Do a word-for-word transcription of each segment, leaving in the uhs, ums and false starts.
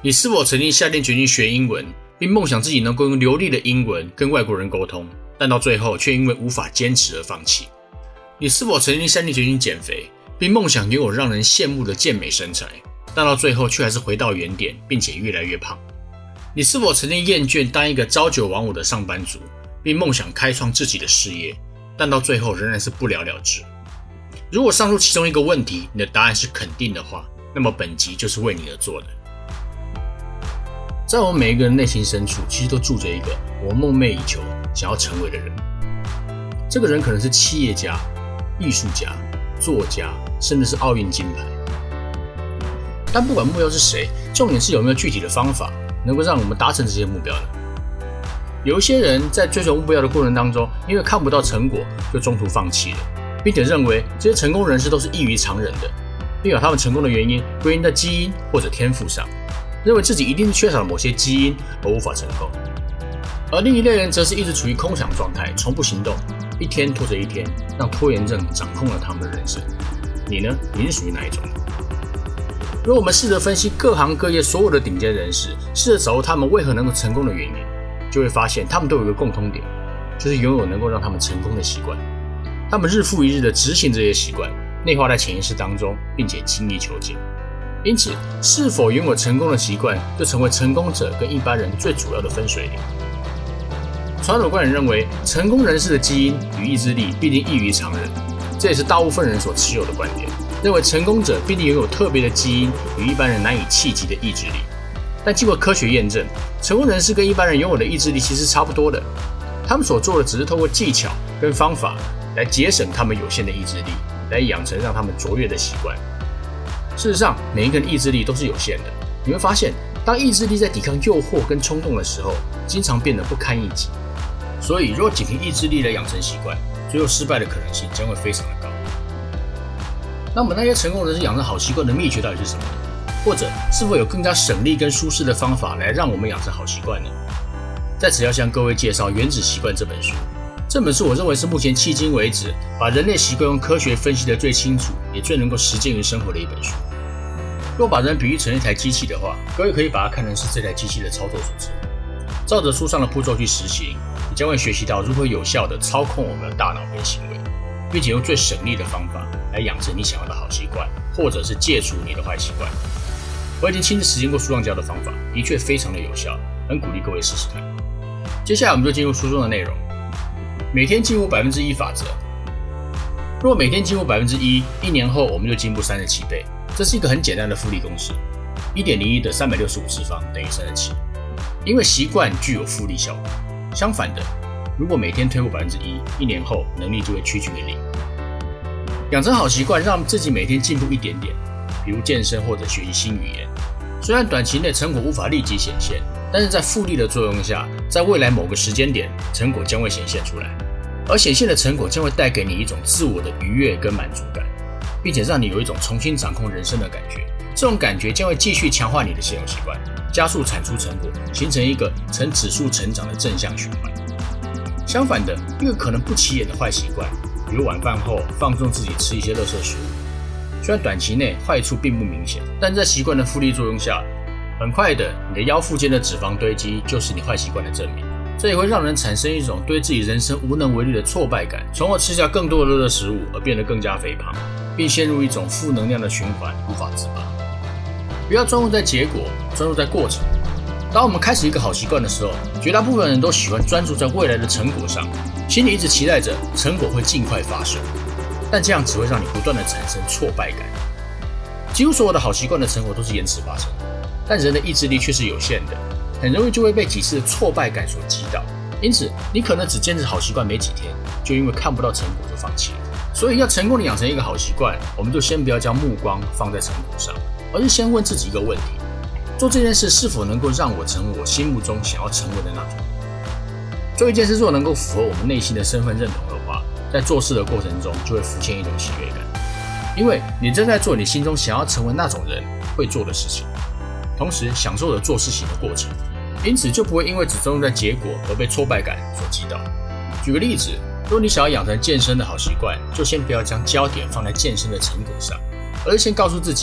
你是否曾经下定决心学英文，并梦想自己能够用流利的英文跟外国人沟通，但到最后却因为无法坚持而放弃？你是否曾经下定决心减肥，并梦想拥有让人羡慕的健美身材，但到最后却还是回到原点，并且越来越胖？你是否曾经厌倦当一个朝九晚五的上班族，并梦想开创自己的事业，但到最后仍然是不了了之？如果上述其中一个问题你的答案是肯定的话，那么本集就是为你而做的。在我们每一个人内心深处，其实都住着一个我梦寐以求想要成为的人。这个人可能是企业家、艺术家、作家，甚至是奥运金牌。但不管目标是谁，重点是有没有具体的方法能够让我们达成这些目标呢？有一些人在追求目标的过程当中，因为看不到成果，就中途放弃了，并且认为这些成功人士都是异于常人的，并把他们成功的原因归因在基因或者天赋上，认为自己一定是缺少了某些基因而无法成功。而另一类人则是一直处于空想状态，从不行动，一天拖着一天，让拖延症掌控了他们的人生。你呢？你是属于哪一种？如果我们试着分析各行各业所有的顶尖人士，试着找出他们为何能够成功的原因，就会发现他们都有一个共通点，就是拥有能够让他们成功的习惯。他们日复一日的执行这些习惯，内化在潜意识当中，并且精益求精。因此，是否拥有成功的习惯，就成为成功者跟一般人最主要的分水岭。传统观点认为，成功人士的基因与意志力必定异于常人，这也是大部分人所持有的观点，认为成功者必定拥有特别的基因与一般人难以企及的意志力。但经过科学验证，成功人士跟一般人拥有的意志力其实差不多的，他们所做的只是透过技巧跟方法来节省他们有限的意志力，来养成让他们卓越的习惯。事实上，每一个人意志力都是有限的，你会发现，当意志力在抵抗诱惑跟冲动的时候，经常变得不堪一击。所以，如果仅凭意志力来养成习惯，最后失败的可能性将会非常的高。那么，那些成功人士养成好习惯的秘诀到底是什么？或者，是否有更加省力跟舒适的方法来让我们养成好习惯呢？在此要向各位介绍《原子习惯》这本书。这本书我认为是目前迄今为止把人类习惯用科学分析得最清楚，也最能够实践于生活的一本书。若把人比喻成一台机器的话，各位可以把它看成是这台机器的操作手册。照着书上的步骤去实行，你将会学习到如何有效地操控我们的大脑跟行为，并且用最省力的方法来养成你想要的好习惯，或者是戒除你的坏习惯。我已经亲自实践过书上教的方法，的确非常的有效，很鼓励各位试试看。接下来我们就进入书中的内容。每天进步 百分之一 法则。若每天进步 百分之一， 一年后我们就进步三十七倍。这是一个很简单的复利公式， 一点零一 的三百六十五次方等于三十七。因为习惯具有复利效果。相反的，如果每天退步 百分之一， 一年后能力就会趋近于零。养成好习惯，让自己每天进步一点点，比如健身或者学习新语言。虽然短期内成果无法立即显现，但是在复利的作用下，在未来某个时间点，成果将会显现出来，而显现的成果将会带给你一种自我的愉悦跟满足感，并且让你有一种重新掌控人生的感觉。这种感觉将会继续强化你的现有习惯，加速产出成果，形成一个呈指数成长的正向循环。相反的，一个可能不起眼的坏习惯，比如晚饭后放纵自己吃一些垃圾食物，虽然短期内坏处并不明显，但在习惯的复利作用下，很快的，你的腰腹间的脂肪堆积就是你坏习惯的证明。这也会让人产生一种对自己人生无能为力的挫败感，从而吃下更多的垃圾食物而变得更加肥胖，并陷入一种负能量的循环，无法自拔。不要专注在结果，专注在过程。当我们开始一个好习惯的时候，绝大部分人都喜欢专注在未来的成果上，心里一直期待着成果会尽快发生，但这样只会让你不断的产生挫败感。几乎所有的好习惯的成果都是延迟发生，但人的意志力却是有限的，很容易就会被几次的挫败感所击倒。因此，你可能只坚持好习惯没几天，就因为看不到成果就放弃了。所以，要成功的养成一个好习惯，我们就先不要将目光放在成果上，而是先问自己一个问题：做这件事是否能够让我成为我心目中想要成为的那种人？做一件事若能够符合我们内心的身份认同的话，在做事的过程中就会浮现一种喜悦感，因为你正在做你心中想要成为那种人会做的事情，同时享受着做事情的过程，因此就不会因为只专注在结果而被挫败感所击倒。举个例子，如果你想要养成健身的好习惯，就先不要将焦点放在健身的成果上，而是先告诉自己，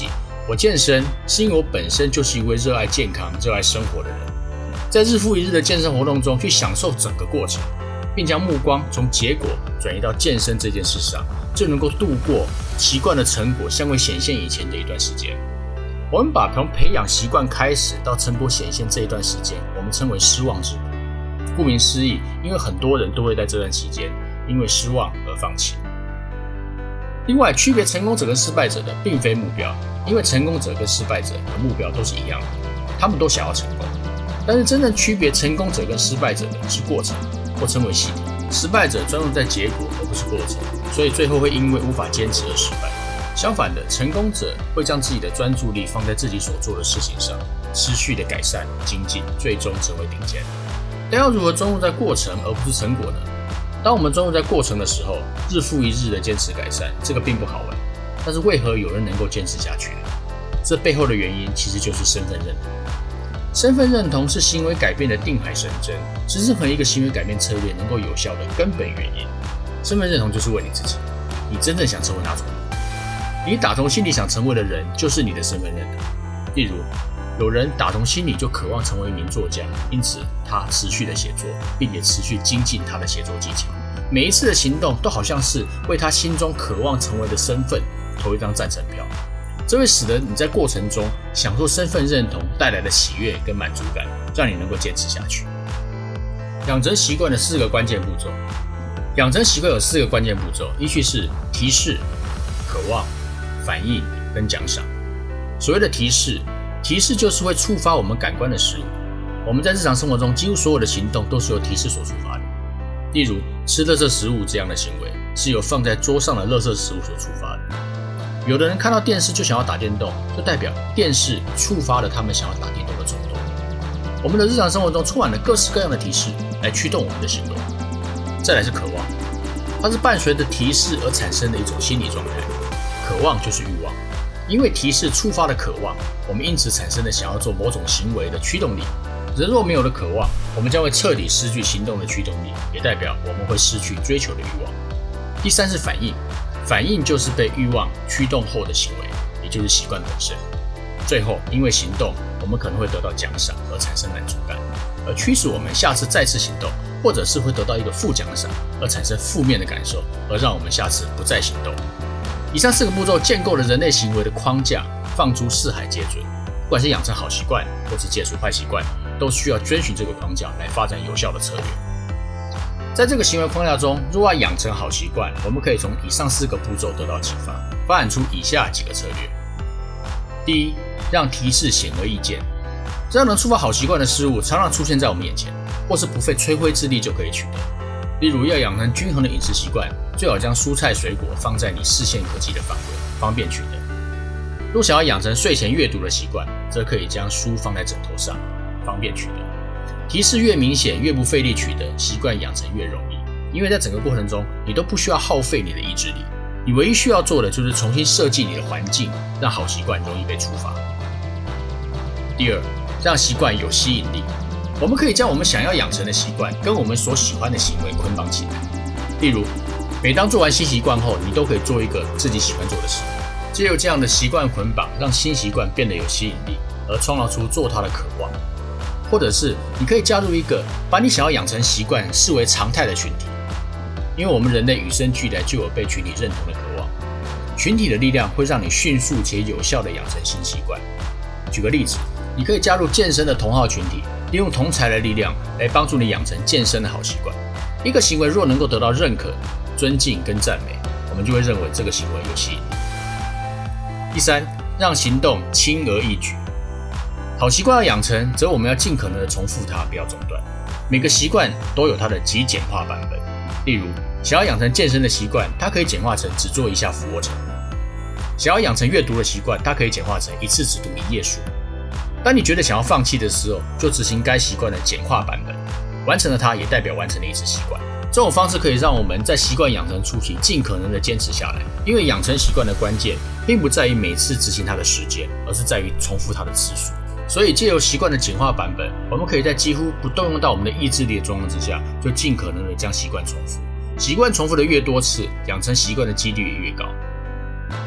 我健身是因为我本身就是一位热爱健康、热爱生活的人，在日复一日的健身活动中去享受整个过程，并将目光从结果转移到健身这件事上，就能够度过习惯的成果尚未显现以前的一段时间。我们把从培养习惯开始到成果显现这一段时间，我们称为失望之路。顾名思义，因为很多人都会在这段期间因为失望而放弃。另外，区别成功者跟失败者的并非目标，因为成功者跟失败者的目标都是一样的，他们都想要成功。但是真正区别成功者跟失败者的是过程，或称为系统。失败者专注在结果而不是过程，所以最后会因为无法坚持而失败。相反的，成功者会将自己的专注力放在自己所做的事情上，持续的改善、精进，最终成为顶尖。但要如何专注在过程而不是成果呢？当我们专注在过程的时候，日复一日的坚持改善，这个并不好玩。但是为何有人能够坚持下去呢？这背后的原因其实就是身份认同。身份认同是行为改变的定海神针，是任何一个行为改变策略能够有效的根本原因。身份认同就是问你自己，你真正想成为哪种人？你打从心里想成为的人，就是你的身份认同。例如，有人打从心里就渴望成为一名作家，因此他持续的写作，并且持续精进他的写作技巧。每一次的行动都好像是为他心中渴望成为的身份投一张赞成票，这会使得你在过程中享受身份认同带来的喜悦跟满足感，让你能够坚持下去。养成习惯的四个关键步骤。养成习惯有四个关键步骤，依序是提示、渴望、反应跟奖赏。所谓的提示，提示就是会触发我们感官的事物。我们在日常生活中几乎所有的行动都是由提示所触发的。例如，吃垃圾食物这样的行为是由放在桌上的垃圾食物所触发的。有的人看到电视就想要打电动，就代表电视触发了他们想要打电动的冲动。我们的日常生活中充满了各式各样的提示来驱动我们的行为。再来是渴望，它是伴随着提示而产生的一种心理状态。渴望就是欲望，因为提示触发了渴望，我们因此产生了想要做某种行为的驱动力。人若没有了渴望，我们将会彻底失去行动的驱动力，也代表我们会失去追求的欲望。第三是反应，反应就是被欲望驱动后的行为，也就是习惯本身。最后，因为行动，我们可能会得到奖赏而产生满足感，而驱使我们下次再次行动，或者是会得到一个负奖赏而产生负面的感受，而让我们下次不再行动。以上四个步骤建构了人类行为的框架，放诸四海皆准。不管是养成好习惯，或是戒除坏习惯，都需要遵循这个框架来发展有效的策略。在这个行为框架中，若要养成好习惯，我们可以从以上四个步骤得到启发，发展出以下几个策略。第一，让提示显而易见。只要能触发好习惯的事物，常常出现在我们眼前，或是不费吹灰之力就可以取得。例如，要养成均衡的饮食习惯，最好将蔬菜水果放在你视线可及的范围，方便取得。若想要养成睡前阅读的习惯，则可以将书放在枕头上，方便取得。提示越明显，越不费力取得，习惯养成越容易。因为在整个过程中，你都不需要耗费你的意志力，你唯一需要做的就是重新设计你的环境，让好习惯容易被触发。第二，让习惯有吸引力。我们可以将我们想要养成的习惯跟我们所喜欢的行为捆绑起来。例如，每当做完新习惯后，你都可以做一个自己喜欢做的事。藉由这样的习惯捆绑，让新习惯变得有吸引力，而创造出做它的渴望。或者是你可以加入一个把你想要养成习惯视为常态的群体，因为我们人类与生俱来就有被群体认同的渴望。群体的力量会让你迅速且有效地养成新习惯。举个例子，你可以加入健身的同好群体，利用同侪的力量来帮助你养成健身的好习惯。一个行为若能够得到认可、尊敬跟赞美，我们就会认为这个行为有吸引力。第三，让行动轻而易举。好习惯要养成，则我们要尽可能的重复它，不要中断。每个习惯都有它的极简化版本。例如，想要养成健身的习惯，它可以简化成只做一下俯卧撑；想要养成阅读的习惯，它可以简化成一次只读一页书。当你觉得想要放弃的时候，就执行该习惯的简化版本，完成了它，也代表完成了一次习惯。这种方式可以让我们在习惯养成初期尽可能的坚持下来，因为养成习惯的关键并不在于每次执行它的时间，而是在于重复它的次数。所以借由习惯的简化版本，我们可以在几乎不动用到我们的意志力的状况之下，就尽可能的将习惯重复。习惯重复的越多次，养成习惯的几率也越高。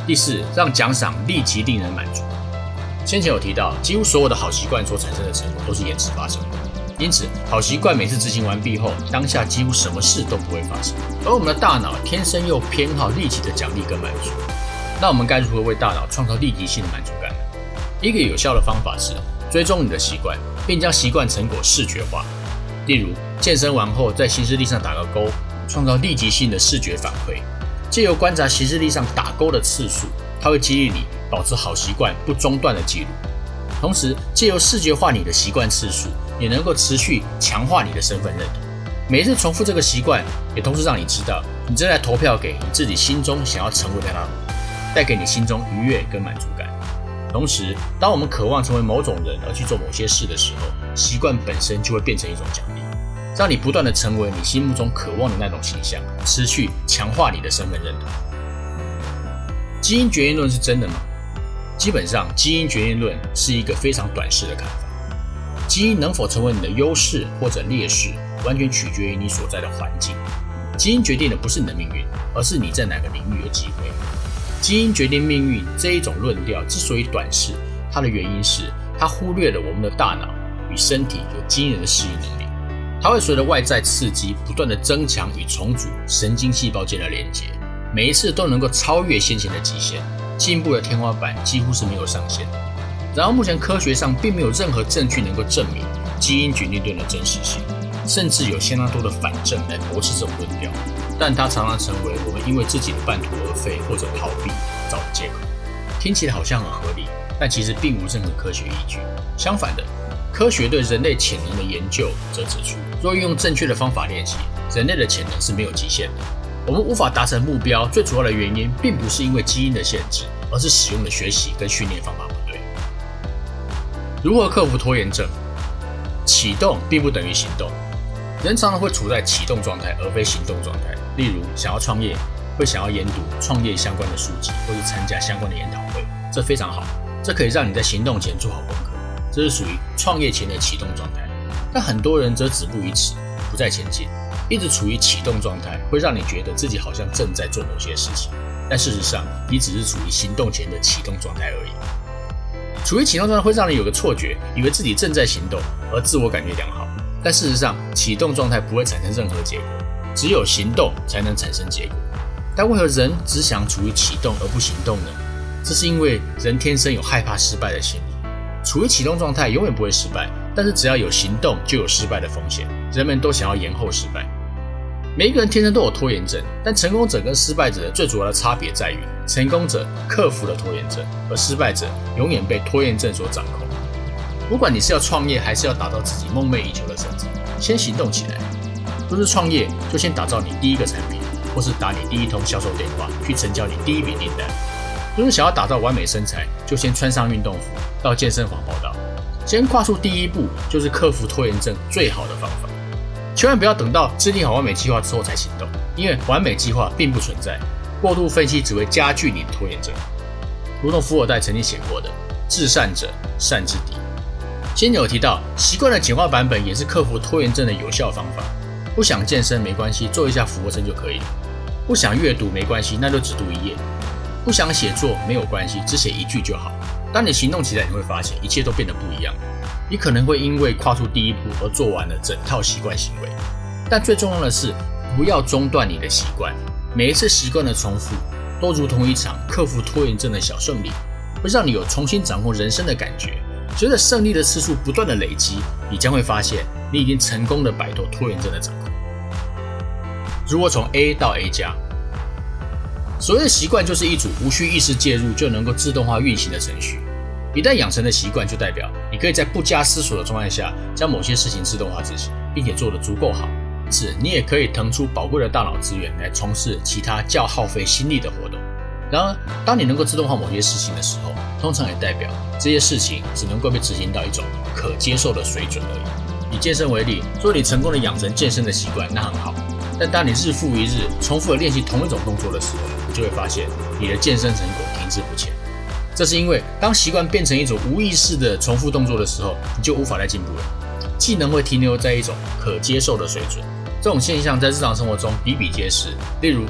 第四，让奖赏立即令人满足。先前有提到，几乎所有的好习惯所产生的成果都是延迟发生的，因此好习惯每次执行完毕后，当下几乎什么事都不会发生。而我们的大脑天生又偏好立即的奖励跟满足，那我们该如何为大脑创造立即性的满足感呢？一个有效的方法是追踪你的习惯，并将习惯成果视觉化。例如，健身完后在行事历上打个勾，创造立即性的视觉反馈。借由观察行事历上打勾的次数，它会激励你保持好习惯不中断的记录。同时，借由视觉化你的习惯次数，也能够持续强化你的身份认同。每一次重复这个习惯，也同时让你知道你正在投票给你自己心中想要成为的那种人，带给你心中愉悦跟满足感。同时，当我们渴望成为某种人而去做某些事的时候，习惯本身就会变成一种奖励，让你不断的成为你心目中渴望的那种形象，持续强化你的身份认同。基因决因论是真的吗？基本上，基因决因论是一个非常短视的看法。基因能否成为你的优势或者劣势，完全取决于你所在的环境。基因决定的不是你的命运，而是你在哪个领域有机会。基因决定命运这一种论调之所以短视，它的原因是它忽略了我们的大脑与身体有惊人的适应能力。它会随着外在刺激不断的增强与重组神经细胞间的连接，每一次都能够超越先前的极限，进步的天花板几乎是没有上限的。然而目前科学上并没有任何证据能够证明基因决定论的真实性，甚至有相当多的反证来驳斥这种论调，但它常常成为我们因为自己的半途而废或者逃避找的借口。听起来好像很合理，但其实并无任何科学依据。相反的，科学对人类潜能的研究则指出，若运用正确的方法练习，人类的潜能是没有极限的。我们无法达成目标，最主要的原因并不是因为基因的限制，而是使用的学习跟训练方法不对。如何克服拖延症？启动并不等于行动。人常常会处在启动状态，而非行动状态。例如，想要创业，会想要研读创业相关的书籍，或是参加相关的研讨会，这非常好，这可以让你在行动前做好功课。这是属于创业前的启动状态，但很多人则止步于此，不再前进，一直处于启动状态，会让你觉得自己好像正在做某些事情，但事实上，你只是处于行动前的启动状态而已。处于启动状态会让你有个错觉，以为自己正在行动，而自我感觉良好，但事实上，启动状态不会产生任何结果，只有行动才能产生结果。但为何人只想处于启动而不行动呢？这是因为人天生有害怕失败的心理。处于启动状态永远不会失败，但是只要有行动就有失败的风险，人们都想要延后失败。每一个人天生都有拖延症，但成功者跟失败者的最主要的差别在于，成功者克服了拖延症，而失败者永远被拖延症所掌控。不管你是要创业还是要打造自己梦寐以求的成绩，先行动起来。若是创业，就先打造你第一个产品，或是打你第一通销售电话，去成交你第一笔订单。若是想要打造完美身材，就先穿上运动服，到健身房报到。先跨出第一步，就是克服拖延症最好的方法。千万不要等到制定好完美计划之后才行动，因为完美计划并不存在，过度分析只会加剧你的拖延症。如同伏尔泰曾经写过的，至善者善之敌。先前有提到，习惯的简化版本也是克服拖延症的有效方法。不想健身没关系，做一下俯卧撑就可以了。不想阅读没关系，那就只读一页。不想写作没有关系，只写一句就好。当你行动起来，你会发现一切都变得不一样。你可能会因为跨出第一步而做完了整套习惯行为，但最重要的是，不要中断你的习惯。每一次习惯的重复，都如同一场克服拖延症的小胜利，会让你有重新掌控人生的感觉。随着胜利的次数不断的累积，你将会发现你已经成功的摆脱拖延症的掌控。如何从 A 到 A 加？所谓的习惯就是一组无需意识介入就能够自动化运行的程序。一旦养成的习惯，就代表你可以在不加思索的状态下，将某些事情自动化执行，并且做得足够好。因此，你也可以腾出宝贵的大脑资源来从事其他较耗费心力的活动。然而，当你能够自动化某些事情的时候，通常也代表这些事情只能够被执行到一种可接受的水准而已。以健身为例，若你成功的养成健身的习惯，那很好。但当你日复一日重复的练习同一种动作的时候，你就会发现你的健身成果停滞不前。这是因为当习惯变成一种无意识的重复动作的时候，你就无法再进步了。技能会停留在一种可接受的水准。这种现象在日常生活中比比皆是。例如，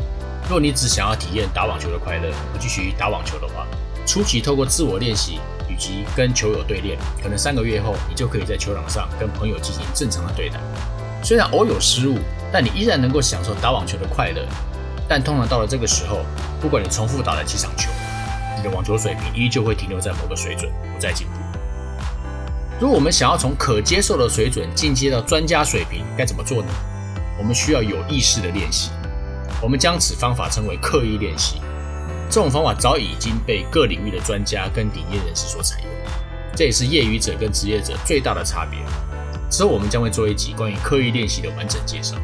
如果你只想要体验打网球的快乐，不继续打网球的话，初期透过自我练习以及跟球友对练，可能三个月后你就可以在球场上跟朋友进行正常的对打。虽然偶有失误，但你依然能够享受打网球的快乐。但通常到了这个时候，不管你重复打了几场球，你的网球水平依旧会停留在某个水准，不再进步。如果我们想要从可接受的水准进阶到专家水平，该怎么做呢？我们需要有意识的练习。我们将此方法称为刻意练习。这种方法早已经被各领域的专家跟顶尖人士所采用，这也是业余者跟职业者最大的差别。之后我们将会做一集关于刻意练习的完整介绍。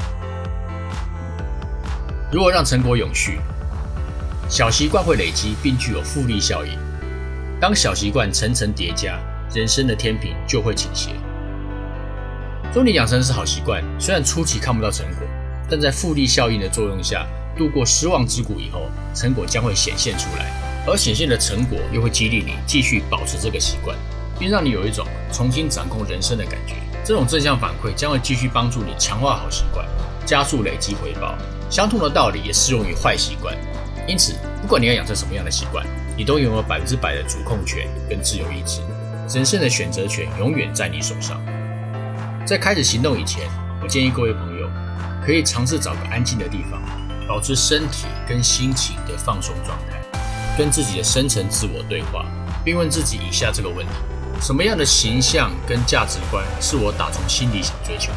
如何让成果永续？小习惯会累积并具有复利效应。当小习惯层层叠加，人生的天平就会倾斜。如果你养成的是好习惯，虽然初期看不到成果，但在复利效应的作用下，度过失望之谷以后，成果将会显现出来，而显现的成果又会激励你继续保持这个习惯，并让你有一种重新掌控人生的感觉。这种正向反馈将会继续帮助你强化好习惯，加速累积回报。相同的道理也适用于坏习惯。因此，不管你要养成什么样的习惯，你都拥有百分之百的主控权跟自由意志，人生的选择权永远在你手上。在开始行动以前，我建议各位朋友可以尝试找个安静的地方，保持身体跟心情的放松状态，跟自己的深层自我对话，并问自己以下这个问题：什么样的形象跟价值观是我打从心里想追求的？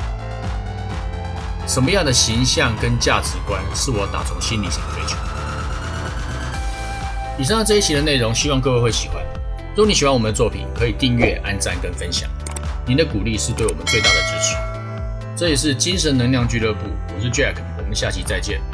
什么样的形象跟价值观是我打从心里想追求的？以上这一期的内容，希望各位会喜欢。如果你喜欢我们的作品，可以订阅、按赞跟分享，您的鼓励是对我们最大的支持。这里是精神能量俱乐部，我是 Jack， 我们下期再见。